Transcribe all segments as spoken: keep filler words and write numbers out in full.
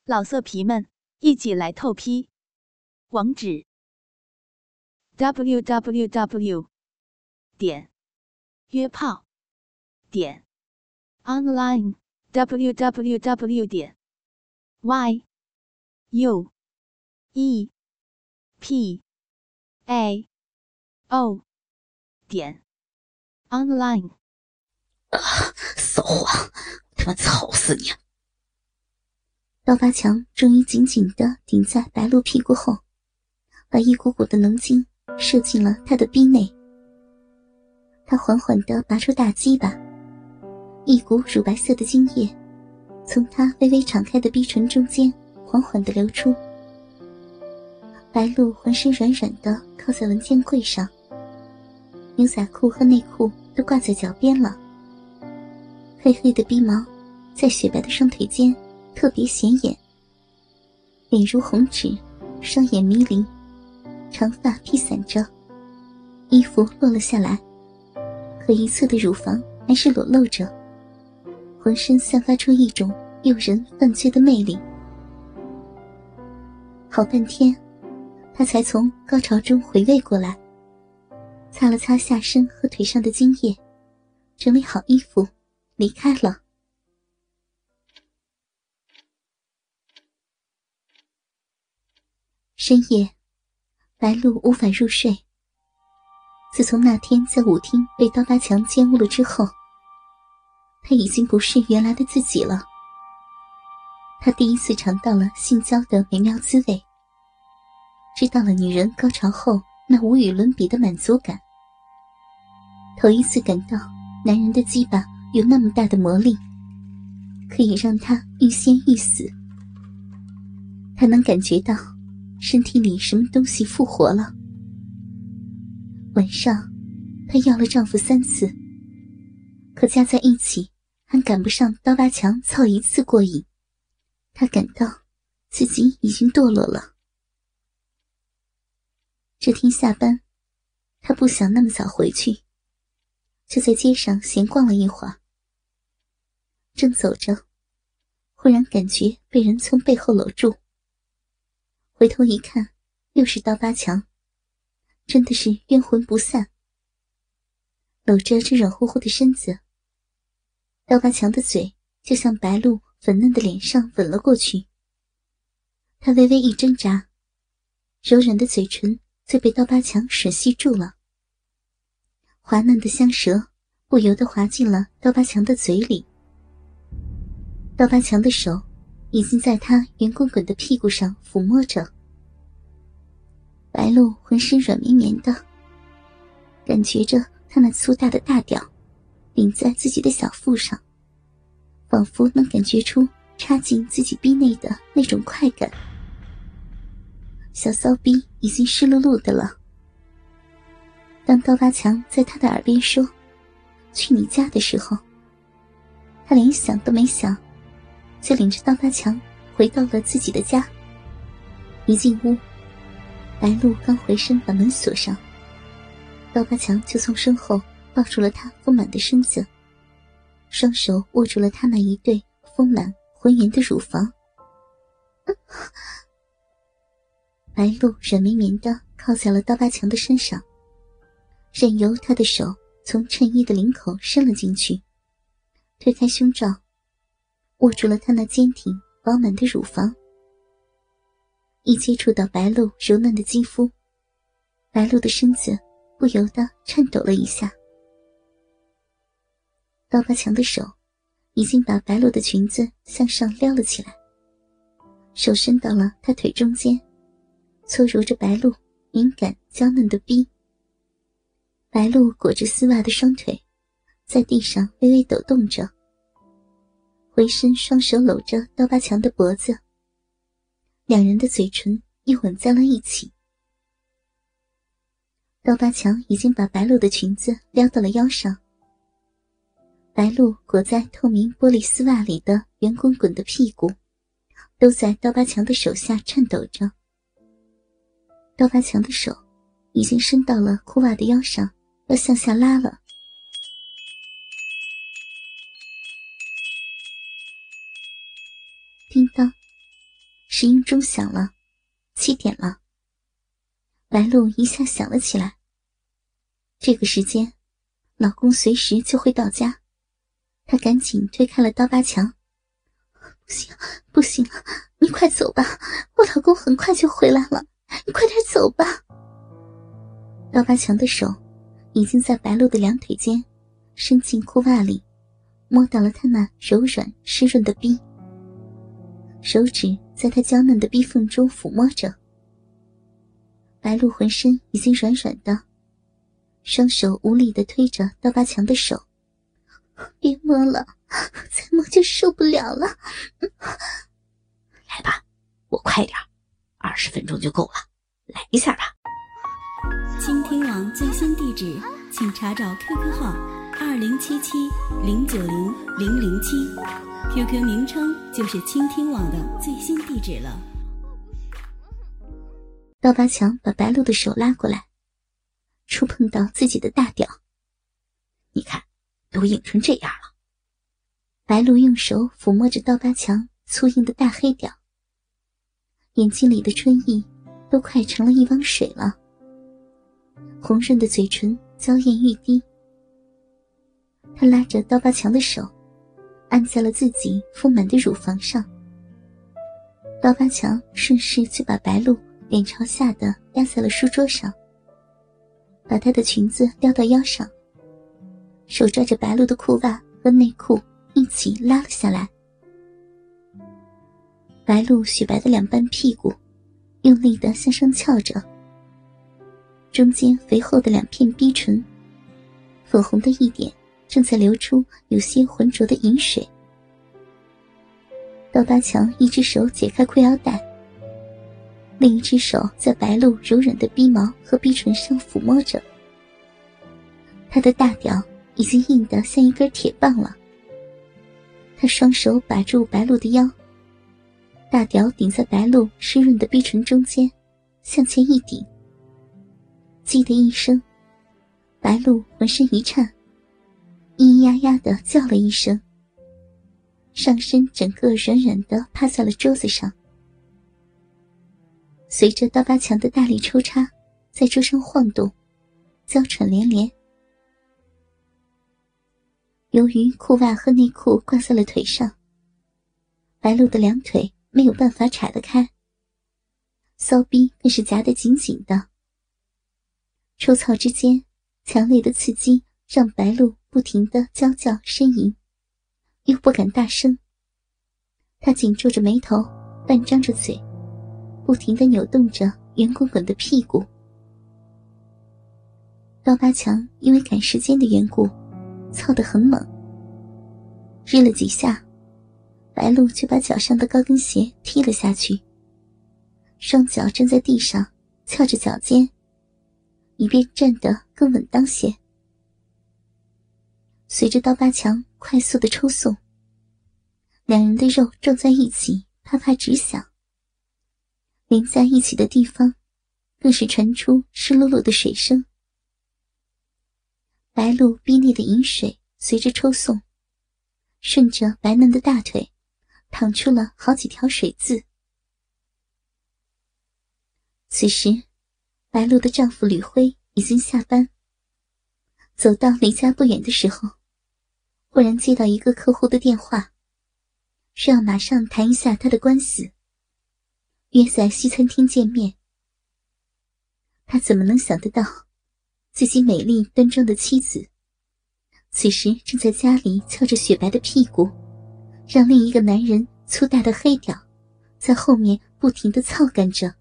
老色皮们，一起来透批！网址 ：double u double u double u 点约炮点 online w w w 点 y u e p a o 点 online。 啊！骚货，他妈操死你！ 刀疤强终于紧紧地顶在白鹿屁股后，把一股股的浓精射进了他的逼内。他缓缓地拔出大鸡巴，一股乳白色的精液从他微微敞开的逼唇中间缓缓地流出。白鹿浑身软软地靠在文件柜上，牛仔裤和内裤都挂在脚边了。黑黑的逼毛在雪白的双腿间特别显眼，脸如红纸，双眼迷离，长发披散着，衣服落了下来，可一侧的乳房还是裸露着，浑身散发出一种诱人犯罪的魅力。好半天他才从高潮中回味过来，擦了擦下身和腿上的精液，整理好衣服离开了。深夜，白鹿无法入睡。自从那天在舞厅被刀疤强奸污了之后，他已经不是原来的自己了。他第一次尝到了性交的美妙滋味，知道了女人高潮后那无与伦比的满足感，头一次感到男人的鸡巴有那么大的魔力，可以让他欲仙欲死。他能感觉到身体里什么东西复活了。晚上她要了丈夫三次，可加在一起还赶不上刀疤强操一次过瘾。她感到自己已经堕落了。这天下班，她不想那么早回去，就在街上闲逛了一会儿。正走着，忽然感觉被人从背后搂住，回头一看，又是刀疤强，真的是冤魂不散。搂着这软乎乎的身子，刀疤强的嘴就向白鹿粉嫩的脸上吻了过去。他微微一挣扎，柔软的嘴唇就被刀疤强吮吸住了。滑嫩的香舌不由地滑进了刀疤强的嘴里。刀疤强的手已经在他圆滚滚的屁股上抚摸着。白鹿浑身软绵绵的，感觉着他那粗大的大屌顶在自己的小腹上，仿佛能感觉出插进自己逼内的那种快感。小骚逼已经湿漉漉的了。当刀疤强在他的耳边说去你家的时候，他连想都没想，就领着刀疤强回到了自己的家。一进屋，白鹿刚回身把门锁上，刀疤强就从身后抱住了他丰满的身子，双手握住了他那一对丰满浑圆的乳房。白鹿软绵绵地靠在了刀疤强的身上，任由他的手从衬衣的领口伸了进去，推开胸罩，握住了他那坚挺饱满的乳房。一接触到白鹿柔嫩的肌肤，白鹿的身子不由得颤抖了一下。刀疤强的手已经把白鹿的裙子向上撩了起来，手伸到了她腿中间，搓揉着白鹿敏感娇嫩的逼。白鹿裹着丝袜的双腿在地上微微抖动着，回身双手搂着刀疤强的脖子，两人的嘴唇又吻在了一起。刀疤强已经把白鹿的裙子撩到了腰上，白鹿裹在透明玻璃丝袜里的圆滚滚的屁股都在刀疤强的手下颤抖着。刀疤强的手已经伸到了裤袜的腰上，要向下拉了。叮当， 石英钟响了，七点了。白露一下想了起来，这个时间老公随时就会到家，她赶紧推开了刀疤强。不行不行，你快走吧，我老公很快就回来了，你快点走吧。刀疤强的手已经在白露的两腿间伸进裤袜里，摸到了她那柔软湿润的逼，手指在她娇嫩的逼缝中抚摸着。白露浑身已经软软的，双手无力地推着刀疤强的手。别摸了，再摸就受不了了。 来吧，我快点，二十分钟就够了，来一下吧。 倾听网最新地址，请查找 Q Q 号二零七七零九零零零七 ，Q Q 名称就是倾听网的最新地址了。 刀疤强把白露的手拉过来，触碰到自己的大屌。 你看，都硬成这样了。 白露用手抚摸着刀疤强粗硬的大黑屌，眼睛里的春意都快成了一汪水了，红润的嘴唇娇艳欲滴。他拉着刀疤强的手按在了自己丰满的乳房上，刀疤强顺势就把白露脸朝下的压在了书桌上，把她的裙子撩到腰上，手抓着白露的裤袜和内裤一起拉了下来。白露雪白的两半屁股用力地向上翘着，中间肥厚的两片逼唇，粉红的一点正在流出有些浑浊的饮水。刀疤强一只手解开裤腰带，另一只手在白露柔软的逼毛和逼唇上抚摸着。他的大屌已经硬得像一根铁棒了。他双手把住白露的腰，大屌顶在白露湿润的逼唇中间，向前一顶。叽的一声，白露浑身一颤，咿咿呀呀地叫了一声，上身整个软软地趴在了桌子上。随着刀疤强的大力抽插在桌上晃动，娇喘连连。由于裤袜和内裤挂在了腿上，白露的两腿没有办法岔得开，骚逼更是夹得紧紧的。抽操之间，强烈的刺激让白露不停地娇叫呻吟，又不敢大声。她紧皱着眉头，半张着嘴，不停地扭动着圆滚滚的屁股。刀疤强因为赶时间的缘故，操得很猛，日了几下，白露就把脚上的高跟鞋踢了下去，双脚站在地上，翘着脚尖，以便站得更稳当些。随着刀疤强快速的抽送，两人的肉撞在一起，啪啪直响，连在一起的地方更是传出湿漉漉的水声。白露逼内的饮水随着抽送，顺着白嫩的大腿淌出了好几条水渍。此时白露的丈夫吕辉已经下班，走到离家不远的时候，忽然接到一个客户的电话，说要马上谈一下他的官司，约在西餐厅见面。他怎么能想得到自己美丽端庄的妻子此时正在家里翘着雪白的屁股，让另一个男人粗大的黑屌在后面不停地操干着。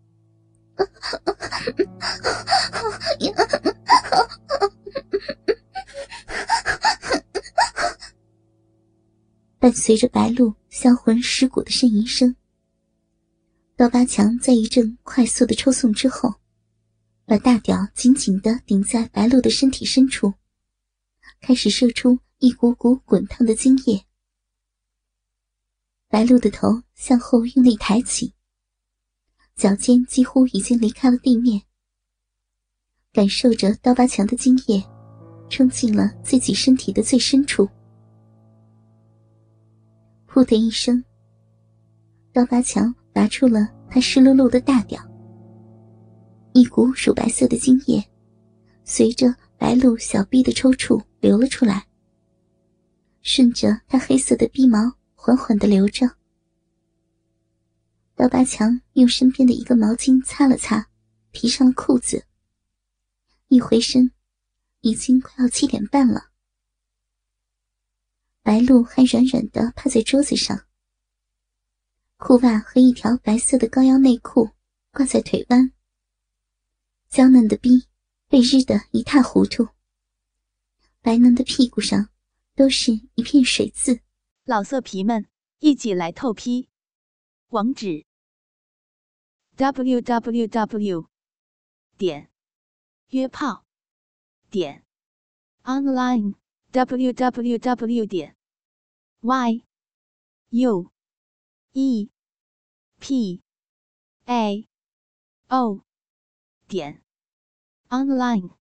伴随着白露销魂蚀骨的呻吟声，刀疤强在一阵快速的抽送之后，把大屌紧紧地顶在白露的身体深处，开始射出一股股滚烫的精液。白露的头向后用力抬起，脚尖几乎已经离开了地面，感受着刀疤强的精液冲进了自己身体的最深处。噗的一声，刀疤强拔出了他湿漉漉的大屌，一股乳白色的精液随着白鹿小臂的抽搐流了出来，顺着他黑色的逼毛缓缓地流着。刀疤强用身边的一个毛巾擦了擦，提上了裤子。一回身，已经快要七点半了。白鹿还软软地趴在桌子上，裤袜和一条白色的高腰内裤挂在腿弯，娇嫩的逼被日得一塌糊涂，白嫩的屁股上都是一片水渍。 老色皮们，一起来透批！网址 ：double-u double-u double-u 点约炮点 online double-u double-u double-u 点 y u e p a o 点 online。